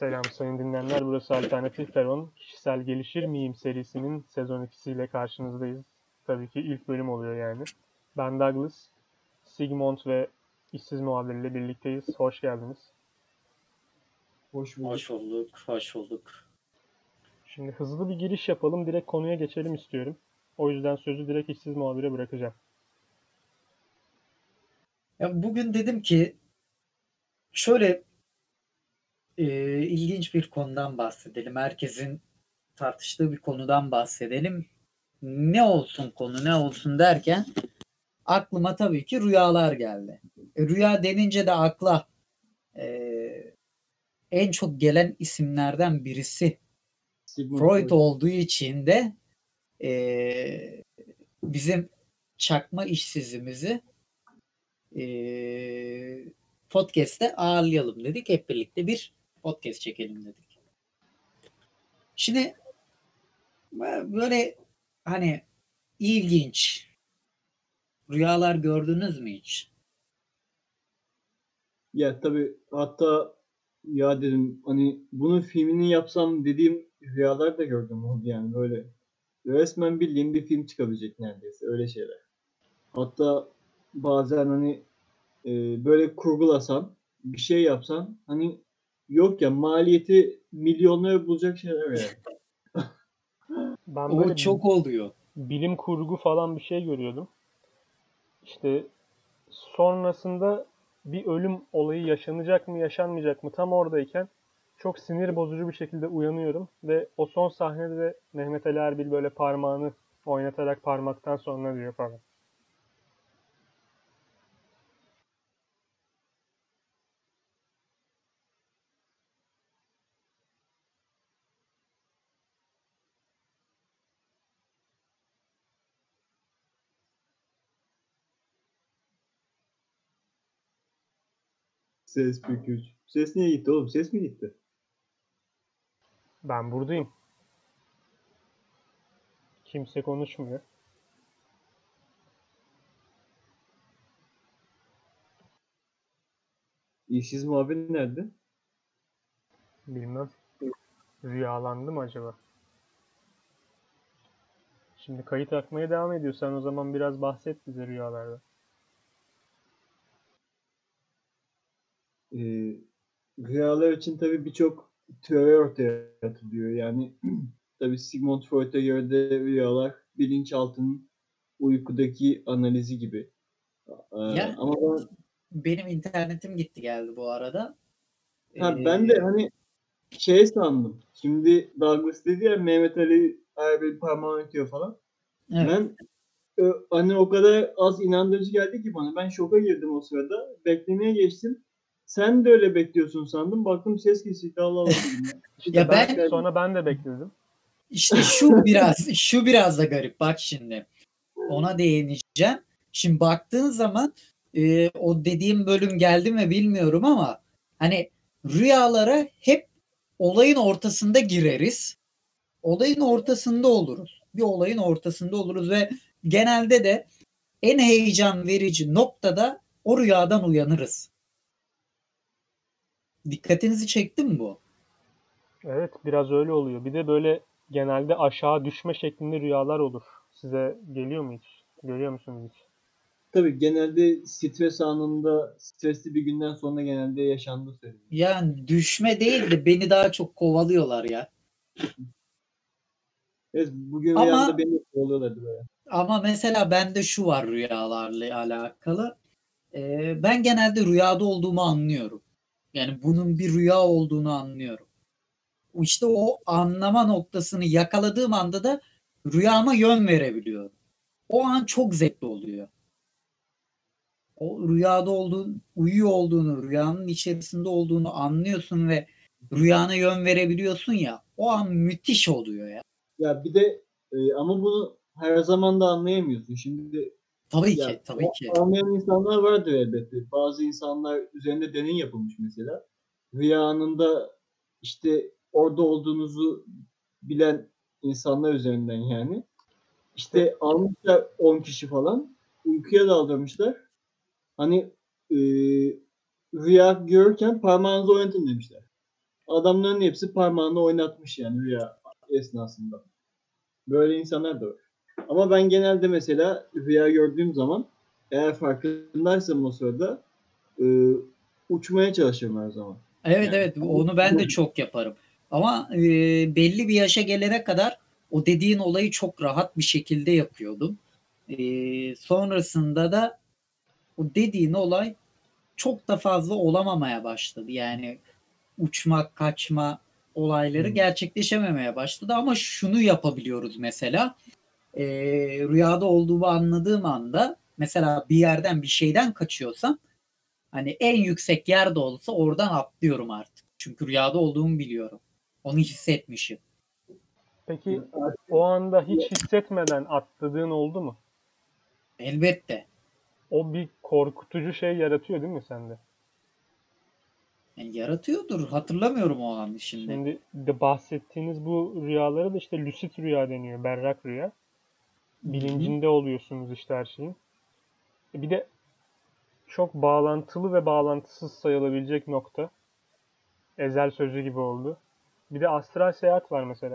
Selam sayın dinleyenler. Burası Alternatif Peron. Kişisel Gelişir miyim serisinin sezon 2'siyle karşınızdayız. Tabii ki ilk bölüm oluyor yani. Ben Douglas, Sigmund ve işsiz muhabirle birlikteyiz. Hoş geldiniz. Hoş bulduk. Hoş bulduk. Şimdi hızlı bir giriş yapalım. Direkt konuya geçelim istiyorum. O yüzden sözü direkt işsiz muhabire bırakacağım. Ya bugün dedim ki şöyle ilginç bir konudan bahsedelim. Herkesin tartıştığı bir konudan bahsedelim. Ne olsun konu ne olsun derken aklıma tabii ki rüyalar geldi. Rüya denince de akla en çok gelen isimlerden birisi Freud olduğu için de bizim çakma işsizimizi podcast'te ağırlayalım dedik. Hep birlikte bir podcast çekelim dedik. Şimdi böyle hani ilginç rüyalar gördünüz mü hiç? Ya tabii hatta ya dedim hani bunun filmini yapsam dediğim rüyalar da gördüm oldu yani böyle. Resmen bildiğim bir film çıkabilecek neredeyse öyle şeyler. Hatta bazen hani böyle kurgulasan bir şey yapsan hani yok ya maliyeti milyonları bulacak şeyler yani. Ben O böyle çok oluyor. bilim kurgu falan bir şey görüyordum. İşte sonrasında bir ölüm olayı yaşanacak mı yaşanmayacak mı tam oradayken çok sinir bozucu bir şekilde uyanıyorum ve o son sahnede de Mehmet Ali Erbil böyle parmağını oynatarak parmaktan sonra diyor falan. Ses bir güç. Ses niye gitti oğlum? Ses mi gitti? Ben buradayım. Kimse konuşmuyor. İşsiz muhabir nerede? Bilmem. Rüyalandı mı acaba? Şimdi kayıt akmaya devam ediyorsan o zaman biraz bahset bize rüyalarda. Rüyalar için tabii birçok teori ortaya atılıyor. Yani tabii Sigmund Freud'a göre de rüyalar bilinçaltının uykudaki analizi gibi. Ya Ama benim internetim gitti geldi bu arada. ben de hani şey sandım. Şimdi Douglas dedi ya Mehmet Ali Erbil parmağı oynatıyor falan. Evet. Ben hani o kadar az inandırıcı geldi ki bana. Ben şoka girdim o sırada. Beklemeye geçtim. Sen de öyle bekliyorsun sandım. Baktım ses kesildi. Allah Allah dedim ya. İşte Ya ben sonra ben de bekledim. işte şu biraz da garip. Bak şimdi ona değineceğim. Şimdi baktığın zaman o dediğim bölüm geldi mi bilmiyorum ama hani rüyalara hep olayın ortasında gireriz. Olayın ortasında oluruz. Bir olayın ortasında oluruz ve genelde de en heyecan verici noktada o rüyadan uyanırız. Dikkatinizi çekti mi bu? Evet, biraz öyle oluyor. Bir de böyle genelde aşağı düşme şeklinde rüyalar olur. Size geliyor mu hiç? Görüyor musunuz hiç? Tabii genelde stres anında, stresli bir günden sonra genelde yaşandığı söyleniyor. Yani düşme değil de beni daha çok kovalıyorlar ya. Evet, bugün Ama rüyamda beni oluyorlardı böyle. ama mesela bende şu var rüyalarla alakalı. Ben genelde rüyada olduğumu anlıyorum. Yani bunun bir rüya olduğunu anlıyorum. İşte o anlama noktasını yakaladığım anda da rüyama yön verebiliyorum. O an çok zevkli oluyor. O rüyada olduğun, uyuyor olduğunu, rüyanın içerisinde olduğunu anlıyorsun ve rüyana yön verebiliyorsun ya. O an müthiş oluyor ya. Ya bir de ama bunu her zaman da anlayamıyorsun. Şimdi Tabii ya ki, tabii ki. anlayan insanlar vardır elbette. Bazı insanlar üzerinde deney yapılmış mesela. Rüya anında işte orada olduğunuzu bilen insanlar üzerinden yani. İşte almışlar 10 kişi falan. Uykuya daldırmışlar. Hani rüya görürken parmağınızı oynatın demişler. adamların hepsi parmağını oynatmış yani rüya esnasında. Böyle insanlar da var. Ama ben genelde mesela rüya gördüğüm zaman eğer farkındaysam o sırada e, uçmaya çalışıyorum her zaman. Evet, Yani evet, onu ben de çok yaparım. Ama belli bir yaşa gelene kadar o dediğin olayı çok rahat bir şekilde yapıyordum. Sonrasında da o dediğin olay çok da fazla olamamaya başladı. Yani uçmak, kaçma olayları gerçekleşememeye başladı. Ama şunu yapabiliyoruz mesela. Rüyada olduğumu anladığım anda mesela bir yerden bir şeyden kaçıyorsam hani en yüksek yerde olsa oradan atlıyorum artık. Çünkü rüyada olduğumu biliyorum. Onu hissetmişim. Peki o anda hiç hissetmeden atladığın oldu mu? Elbette. O bir korkutucu şey yaratıyor değil mi sende? Yani yaratıyordur. Hatırlamıyorum o an şimdi. Şimdi de bahsettiğiniz bu rüyalara da işte lucid rüya deniyor, berrak rüya. Hı hı. Bilincinde oluyorsunuz işte her şeyin. Bir de çok bağlantılı ve bağlantısız sayılabilecek nokta. Ezel sözü gibi oldu. Bir de astral seyahat var mesela.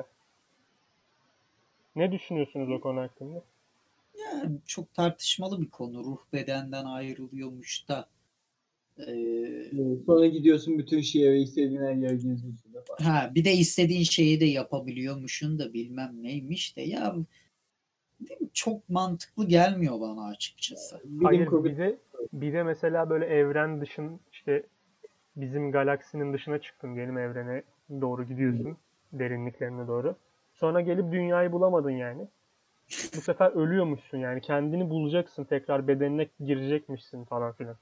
Ne düşünüyorsunuz o konu hakkında? Yani çok tartışmalı bir konu. Ruh bedenden ayrılıyormuş da. Ee, sonra gidiyorsun bütün şehre istediğin her yere geziyorsun da falan. bir de istediğin şeyi de yapabiliyormuşsun da bilmem neymiş de. Ya çok mantıklı gelmiyor bana açıkçası. Bilim Hayır, kurgu bir de mesela böyle evren dışın işte bizim galaksinin dışına çıktın diyelim, evrene doğru gidiyorsun, derinliklerine doğru. Sonra gelip dünyayı bulamadın yani. Bu sefer ölüyormuşsun yani, kendini bulacaksın, tekrar bedenine girecekmişsin falan filan.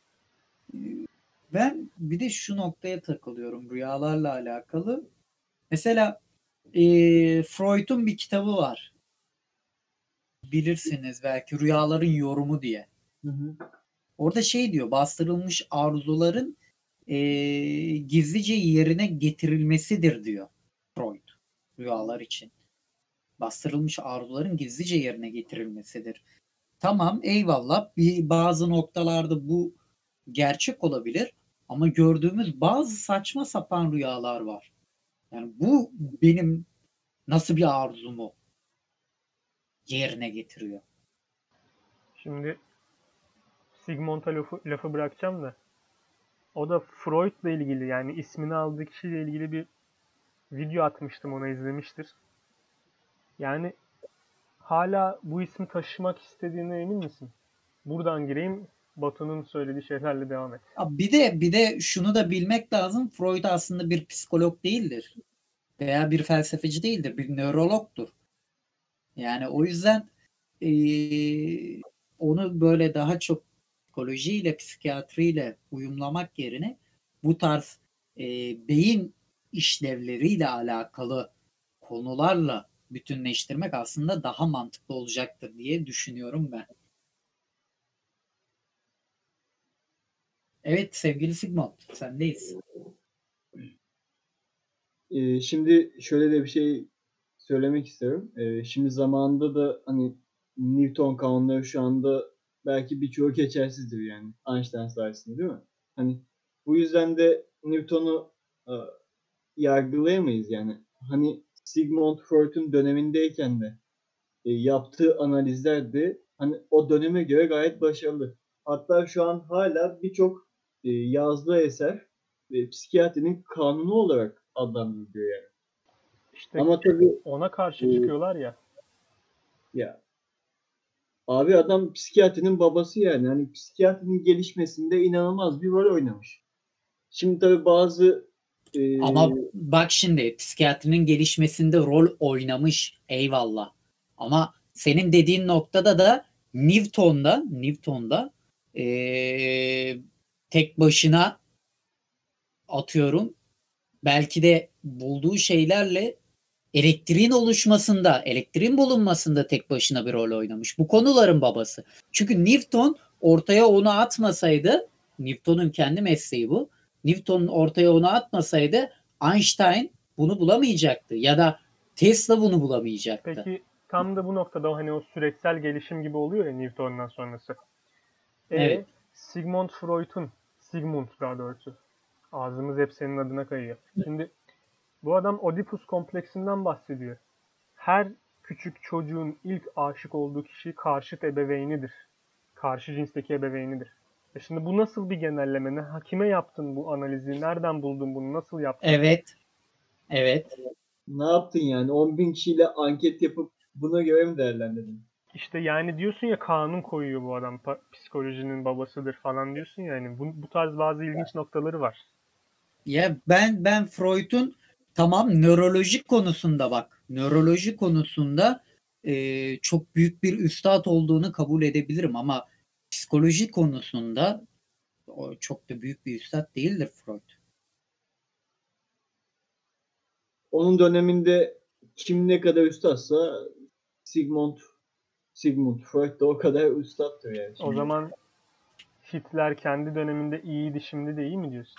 Ben bir de şu noktaya takılıyorum rüyalarla alakalı. Mesela Freud'un bir kitabı var. Bilirsiniz belki Rüyaların Yorumu diye. Hı hı. Orada şey diyor, bastırılmış arzuların gizlice yerine getirilmesidir diyor Freud rüyalar için. Bastırılmış arzuların gizlice yerine getirilmesidir. Tamam, eyvallah, bazı noktalarda bu gerçek olabilir ama gördüğümüz bazı saçma sapan rüyalar var. Yani bu benim nasıl bir arzumu yerine getiriyor. Şimdi Sigmund'a lafı bırakacağım da, o da Freud'la ilgili, yani ismini aldığı kişiyle ilgili bir video atmıştım, ona izlemiştir. Yani hala bu ismi taşımak istediğine emin misin? Buradan gireyim, Batu'nun söylediği şeylerle devam et. Bir de şunu da bilmek lazım. Freud aslında bir psikolog değildir veya bir felsefeci değildir, bir nörologdur. Yani o yüzden onu böyle daha çok psikolojiyle, psikiyatriyle uyumlamak yerine bu tarz beyin işlevleriyle alakalı konularla bütünleştirmek aslında daha mantıklı olacaktır diye düşünüyorum ben. Evet sevgili Sigmund, sendeyiz. Şimdi şöyle de bir şey söylemek istiyorum. Şimdi zamanında da hani Newton kanunları şu anda belki birçoğu geçersizdir yani Einstein sayesinde değil mi? Hani bu yüzden de Newton'u yargılayamayız yani. Hani Sigmund Freud'un dönemindeyken de yaptığı analizler de hani o döneme göre gayet başarılı. Hatta şu an hala birçok yazdığı eser psikiyatrinin kanunu olarak adlandırılıyor yani. İşte Ama tabii ona e, karşı çıkıyorlar ya. ya abi adam psikiyatrinin babası yani. Hani psikiyatrinin gelişmesinde inanılmaz bir rol oynamış. Şimdi tabii bazı e, Ama bak şimdi psikiyatrinin gelişmesinde rol oynamış eyvallah. Ama senin dediğin noktada da Newton'da tek başına atıyorum belki de bulduğu şeylerle elektriğin bulunmasında tek başına bir rol oynamış. Bu konuların babası. Çünkü Newton ortaya onu atmasaydı, Newton'un kendi mesleği bu. Newton ortaya onu atmasaydı Einstein bunu bulamayacaktı ya da Tesla bunu bulamayacaktı. Peki tam da bu noktada o hani o süreçsel gelişim gibi oluyor ya Newton'dan sonrası. Evet. Sigmund daha doğrusu Ağzımız hep senin adına kayıyor. Şimdi bu adam Oedipus kompleksinden bahsediyor. Her küçük çocuğun ilk aşık olduğu kişi karşıt ebeveynidir. Karşı cinsteki ebeveynidir. Şimdi bu nasıl bir genelleme? Kime yaptın bu analizi? Nereden buldun bunu? Nasıl yaptın? Evet. Evet. Ne yaptın yani? 10.000 kişiyle anket yapıp buna göre mi değerlendirdin? İşte yani diyorsun ya kanun koyuyor bu adam. Psikolojinin babasıdır falan diyorsun ya. Yani bu tarz bazı ilginç noktaları var. Ya ben Freud'un tamam nöroloji konusunda bak. Nöroloji konusunda çok büyük bir üstad olduğunu kabul edebilirim ama psikoloji konusunda o çok da büyük bir üstad değildir Freud. Onun döneminde kim ne kadar üstadsa Sigmund Freud da o kadar üstattır yani. O zaman Hitler kendi döneminde iyiydi, şimdi de iyi mi diyorsun?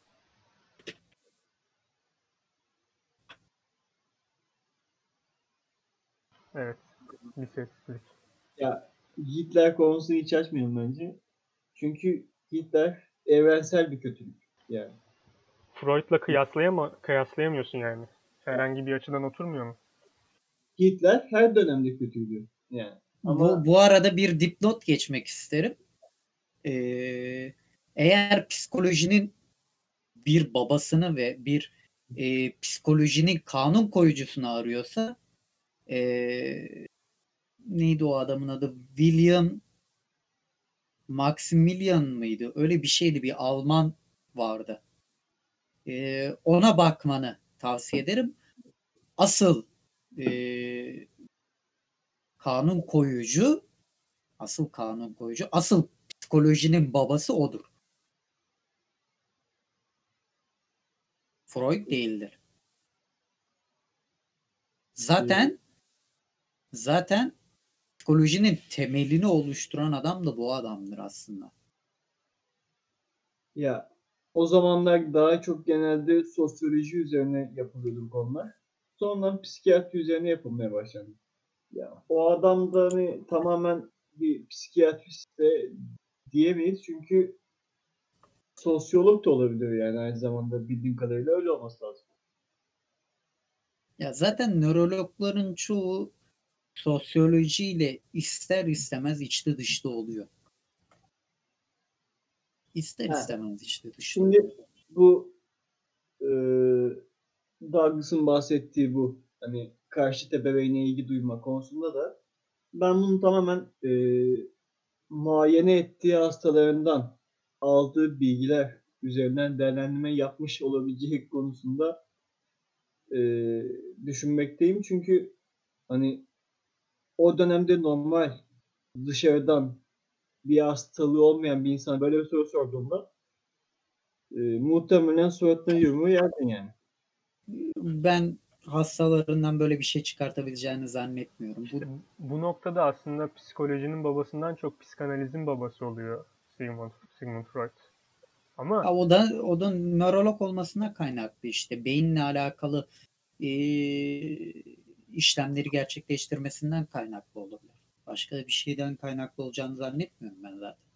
Evet. Bir sessizlik. Ya Hitler konusunu hiç açmayalım bence. Çünkü Hitler evrensel bir kötülük. Yani Freud'la kıyaslayamıyorsun yani. Herhangi bir açıdan oturmuyor mu? Hitler her dönemde kötüydü. Yani ama Bu arada bir dipnot geçmek isterim. Eğer psikolojinin bir babasını ve bir psikolojinin kanun koyucusunu arıyorsa neydi o adamın adı? William Maximilian mıydı? Öyle bir şeydi. Bir Alman vardı. Ona bakmanı tavsiye ederim. Asıl e, kanun koyucu, asıl psikolojinin babası odur. Freud değildir. Zaten psikolojinin temelini oluşturan adam da bu adamdır aslında. ya o zamanlar daha çok genelde sosyoloji üzerine yapılıyordu bu konular. Sonra psikiyatri üzerine yapılmaya başlandı. Ya o adam da hani tamamen bir psikiyatrist de diyemeyiz çünkü sosyolog da olabilir yani aynı zamanda bildiğim kadarıyla öyle olması lazım. Ya zaten nörologların çoğu sosyolojiyle ister istemez içli dışlı oluyor. İster Ha, istemez içli dışlı oluyor. şimdi bu e, Douglas'ın bahsettiği bu hani karşı ebeveyne ilgi duyma konusunda da ben bunu tamamen muayene ettiği hastalarından aldığı bilgiler üzerinden değerlendirme yapmış olabileceği konusunda e, düşünmekteyim. Çünkü hani o dönemde normal dışarıdan bir hastalığı olmayan bir insana böyle bir soru sorduğumda muhtemelen suratına yumruğu yerdin yani. Ben hastalarından böyle bir şey çıkartabileceğini zannetmiyorum. İşte bu noktada aslında psikolojinin babasından çok psikanalizin babası oluyor Sigmund Freud. Ama O da nörolog olmasına kaynaklı işte. Beyinle alakalı e, işlemleri gerçekleştirmesinden kaynaklı olabilir. Başka bir şeyden kaynaklı olacağını zannetmiyorum ben zaten.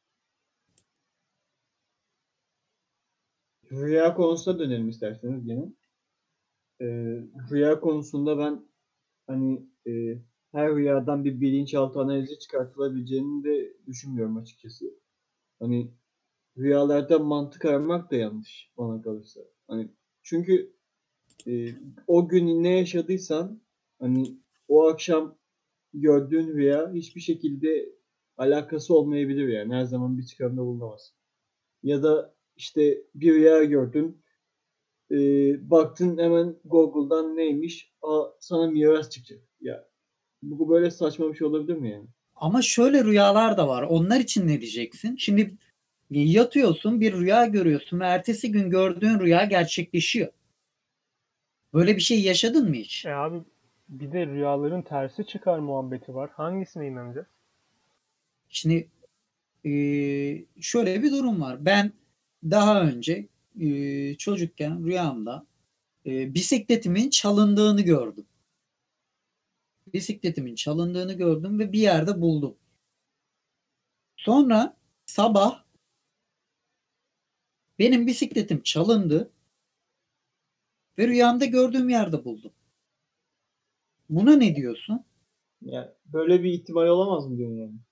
Rüya konusuna dönelim isterseniz gene. E, Rüya konusunda ben hani her rüyadan bir bilinçaltı analizi çıkartılabileceğini de düşünmüyorum açıkçası. Hani rüyalarda mantık aramak da yanlış bana kalırsa. Hani çünkü o gün ne yaşadıysan hani o akşam gördüğün rüya hiçbir şekilde alakası olmayabilir yani. Her zaman bir çıkarımda bulunamaz. Ya da işte bir rüya gördün, baktın hemen Google'dan neymiş, sana miras çıkacak. Ya bu böyle saçma bir şey olabilir mi yani? Ama şöyle rüyalar da var. Onlar için ne diyeceksin? Şimdi yatıyorsun, bir rüya görüyorsun ve ertesi gün gördüğün rüya gerçekleşiyor. Böyle bir şey yaşadın mı hiç? abi bir de rüyaların tersi çıkar muhabbeti var. Hangisine inanacağız? Şimdi şöyle bir durum var. Ben daha önce çocukken rüyamda bisikletimin çalındığını gördüm. Bisikletimin çalındığını gördüm ve bir yerde buldum. Sonra sabah Benim bisikletim çalındı ve rüyamda gördüğüm yerde buldum. Buna ne diyorsun? Yani böyle bir ihtimal olamaz mı diyorsun yani?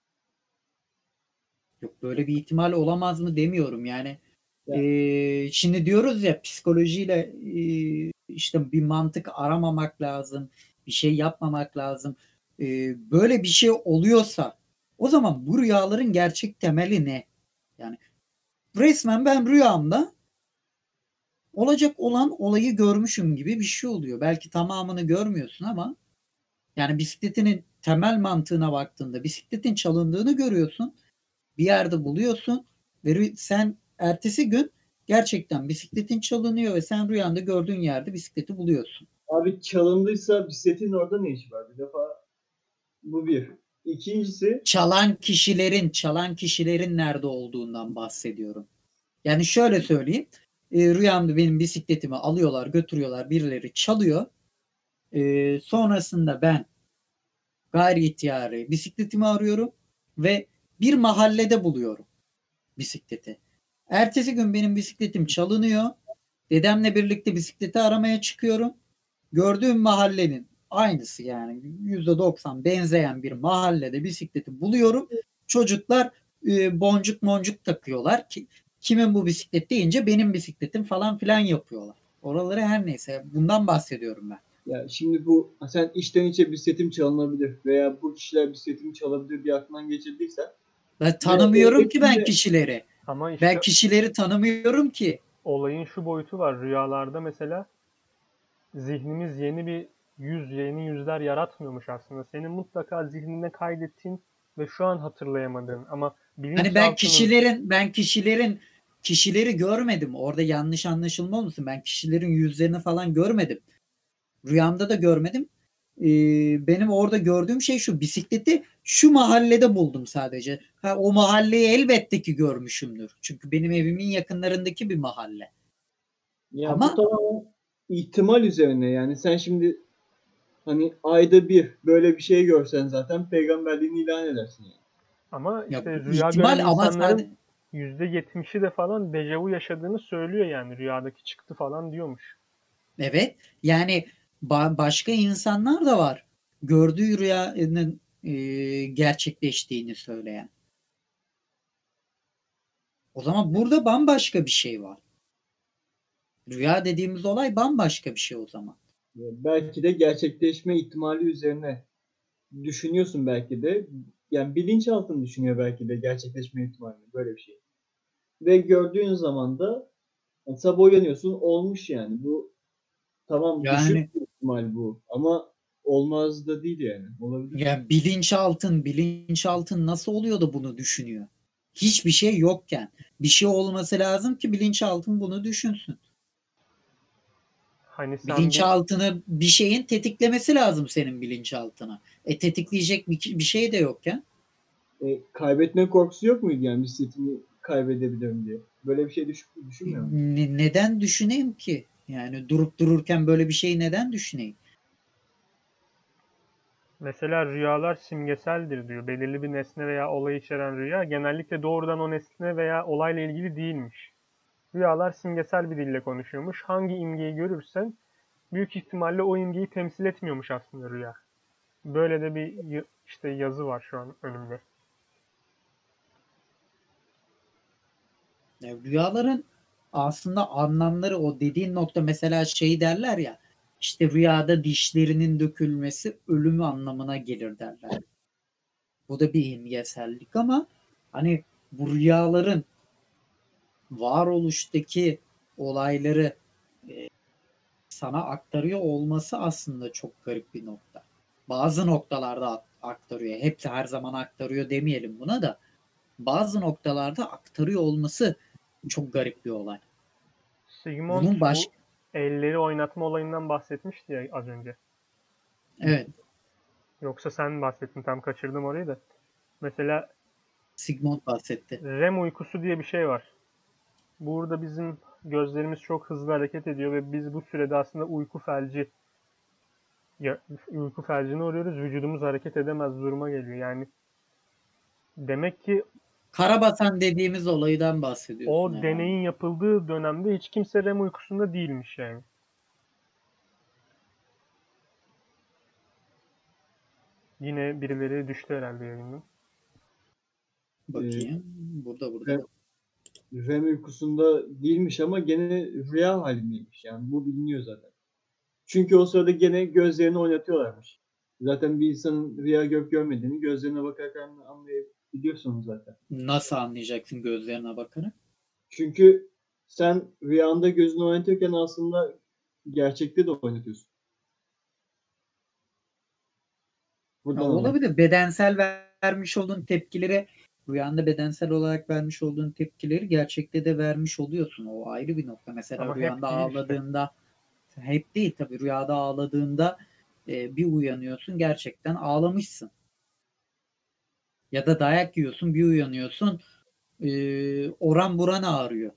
Yok, böyle bir ihtimal olamaz mı demiyorum yani. Ya, Şimdi diyoruz ya, psikolojiyle işte bir mantık aramamak lazım, bir şey yapmamak lazım. Böyle bir şey oluyorsa o zaman bu rüyaların gerçek temeli ne? Yani resmen ben rüyamda olacak olan olayı görmüşüm gibi bir şey oluyor. Belki tamamını görmüyorsun ama yani bisikletinin temel mantığına baktığında bisikletin çalındığını görüyorsun. Bir yerde buluyorsun ve sen ertesi gün gerçekten bisikletin çalınıyor ve sen rüyanda gördüğün yerde bisikleti buluyorsun. abi çalındıysa bisikletin orada ne işi var? Bir defa bu bir. İkincisi Çalan kişilerin nerede olduğundan bahsediyorum. Yani şöyle söyleyeyim. Rüyamda benim bisikletimi alıyorlar, götürüyorlar, birileri çalıyor. Sonrasında ben gayri ihtiyari bisikletimi arıyorum ve bir mahallede buluyorum bisikleti. Ertesi gün benim bisikletim çalınıyor. Dedemle birlikte bisikleti aramaya çıkıyorum. Gördüğüm mahallenin aynısı, yani %90 benzeyen bir mahallede bisikleti buluyorum. Çocuklar boncuk moncuk takıyorlar ki kimin bu bisiklet deyince benim bisikletim falan filan yapıyorlar. Oraları her neyse, bundan bahsediyorum ben. ya şimdi bu sen içten içe bisikletim çalınabilir veya bu kişiler bisikletimi çalabilir diye aklından geçirdiysen Ben ve tanımıyorum ki ben ötekinde kişileri. Ama işte Ben kişileri tanımıyorum ki. olayın şu boyutu var. Rüyalarda mesela zihnimiz yeni bir yüz, yeni yüzler yaratmıyormuş aslında. Senin mutlaka zihninde kaydettiğin ve şu an hatırlayamadığın ama Hani ben bilinçaltının kişileri görmedim. Orada yanlış anlaşılma olmasın. Ben kişilerin yüzlerini falan görmedim. Rüyamda da görmedim. Benim orada gördüğüm şey şu: bisikleti şu mahallede buldum sadece. Ha, o mahalleyi elbette ki görmüşümdür. Çünkü benim evimin yakınlarındaki bir mahalle. ya bu Ama tamamen ihtimal üzerine yani sen şimdi hani ayda bir böyle bir şey görsen zaten peygamberliğini ilan edersin yani. ama ya işte rüya gören ihtimal, ama insanların sadece %70'i de falan dejavu yaşadığını söylüyor yani. Rüyadaki çıktı falan diyormuş. evet, yani başka insanlar da var. Gördüğü rüyanın gerçekleştiğini söyleyen. O zaman burada bambaşka bir şey var. Rüya dediğimiz olay bambaşka bir şey o zaman. Belki de gerçekleşme ihtimali üzerine düşünüyorsun belki de. Yani bilinçaltın düşünüyor belki de gerçekleşme ihtimalini böyle bir şey. Ve gördüğün zaman da yani sabah uyanıyorsun olmuş yani. Bu tamam Yani düşük bir ihtimal bu ama olmaz da değil yani. Olabilir. ya bilinçaltın nasıl oluyor da bunu düşünüyor? Hiçbir şey yokken. Bir şey olması lazım ki bilinçaltın bunu düşünsün. Hani sen bir Bilinçaltını bir şeyin tetiklemesi lazım senin bilinçaltına. Tetikleyecek bir şey de yokken. Kaybetme korkusu yok muydu yani bisikletimi kaybedebilirim diye? Böyle bir şey düşünmüyor musun? Neden düşüneyim ki? Yani durup dururken böyle bir şeyi neden düşüneyim? mesela rüyalar simgeseldir diyor. Belirli bir nesne veya olay içeren rüya genellikle doğrudan o nesne veya olayla ilgili değilmiş. Rüyalar simgesel bir dille konuşuyormuş. Hangi imgeyi görürsen büyük ihtimalle o imgeyi temsil etmiyormuş aslında rüya. Böyle de bir işte yazı var şu an önümde. Rüyaların aslında anlamları, o dediğin nokta, mesela şey derler ya, işte rüyada dişlerinin dökülmesi ölümü anlamına gelir derler. Bu da bir imgesellik ama hani bu rüyaların varoluştaki olayları sana aktarıyor olması aslında çok garip bir nokta. Bazı noktalarda aktarıyor. Hepsi her zaman aktarıyor demeyelim buna da. Bazı noktalarda aktarıyor olması çok garip bir olay. Sigmund Bunun bu başka, elleri oynatma olayından bahsetmişti ya az önce. evet, Yoksa sen bahsettin, tam kaçırdım orayı da. Mesela Sigmund bahsetti. REM uykusu diye bir şey var. Burada bizim gözlerimiz çok hızlı hareket ediyor ve biz bu sürede aslında uyku felcine uğruyoruz. Vücudumuz hareket edemez duruma geliyor. Yani demek ki Karabasan dediğimiz olaydan bahsediyorsun O herhalde. deneyin yapıldığı dönemde hiç kimse REM uykusunda değilmiş yani. Yine birileri düştü herhalde yayından. Bakayım. Burada. REM, REM uykusunda değilmiş ama gene rüya halindeymiş. Yani bu biliniyor zaten. Çünkü o sırada gene gözlerini oynatıyorlarmış. Zaten bir insanın rüya görüp görmediğini gözlerine bakarken anlayabiliyorsunuz zaten. Nasıl anlayacaksın gözlerine bakarak? Çünkü sen rüyanda gözünü oynatırken aslında gerçekte de oynatıyorsun. Ha, Buradan anladım. olabilir. Bedensel vermiş olduğun tepkileri rüyanda bedensel olarak vermiş olduğun tepkileri gerçekte de vermiş oluyorsun. O ayrı bir nokta. Mesela Ama hep rüyanda değil işte. ağladığında hep değil tabii, rüyada ağladığında bir uyanıyorsun gerçekten ağlamışsın. Ya da dayak yiyorsun, bir uyanıyorsun oran buran ağrıyor.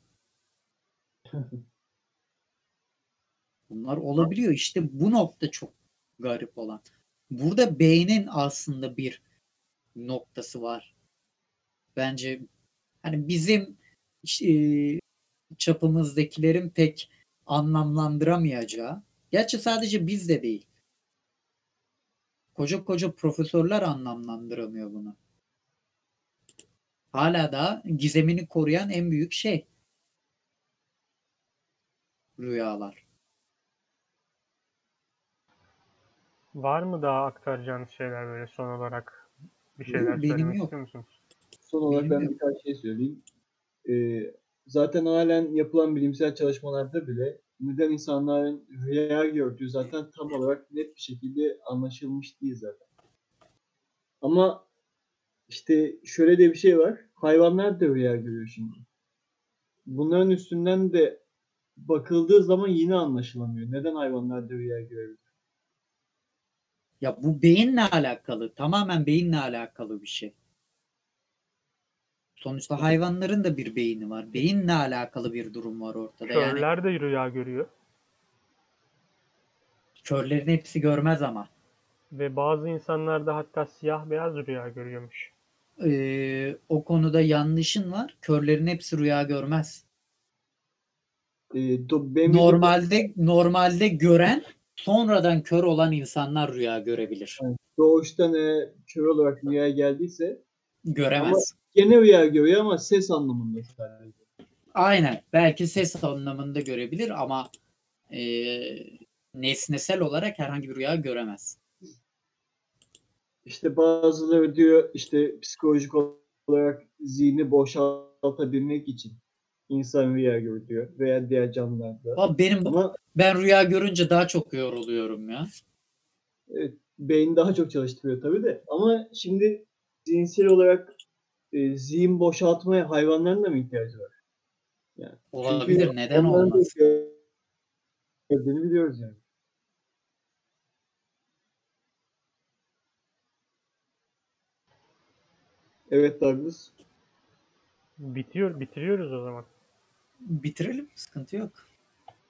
Bunlar olabiliyor. İşte bu nokta çok garip olan. Burada beynin aslında bir noktası var. Bence hani bizim çapımızdakilerin pek anlamlandıramayacağı. Gerçi sadece biz de değil. Koca koca profesörler anlamlandıramıyor bunu. Hala da gizemini koruyan en büyük şey rüyalar. Var mı daha aktaracağınız şeyler böyle son olarak bir şeyler Benim söylemek yok. istiyor musunuz? Son olarak Benim ben yok. birkaç şey söyleyeyim. Zaten halen yapılan bilimsel çalışmalarda bile neden insanların rüya gördüğü zaten tam olarak net bir şekilde anlaşılmış değil zaten. Ama işte şöyle de bir şey var. Hayvanlar da rüya görüyor şimdi. Bunların üstünden de bakıldığı zaman yine anlaşılamıyor. Neden hayvanlar da rüya görüyor? Ya bu beyinle alakalı, tamamen beyinle alakalı bir şey. Sonuçta hayvanların da bir beyni var. Beyinle alakalı bir durum var ortada. Yani Körler de rüya görüyor. körlerin hepsi görmez ama. Ve bazı insanlar da hatta siyah beyaz rüya görüyormuş. O konuda yanlışın var. Körlerin hepsi rüya görmez. Benim bildiğim Normalde gören, sonradan kör olan insanlar rüya görebilir. yani doğuştan kör olarak rüyaya geldiyse ama Göremez. gene rüya görüyor ama ses anlamında sadece. Aynen. Belki ses anlamında görebilir ama nesnesel olarak herhangi bir rüya göremez. İşte bazıları diyor işte psikolojik olarak zihni boşaltabilmek için insan rüya görüyor diyor veya diğer canlılarda. Ama ben rüya görünce daha çok yoruluyorum ya. Evet, beyin daha çok çalıştırıyor tabii de. Ama şimdi zihinsel olarak zihin boşaltmaya hayvanların da mı ihtiyacı var? Yani çünkü Olabilir. Neden onların da olmaz? gördüğünü biliyoruz yani. Evet Douglas. Bitiriyoruz o zaman. Bitirelim. Sıkıntı yok.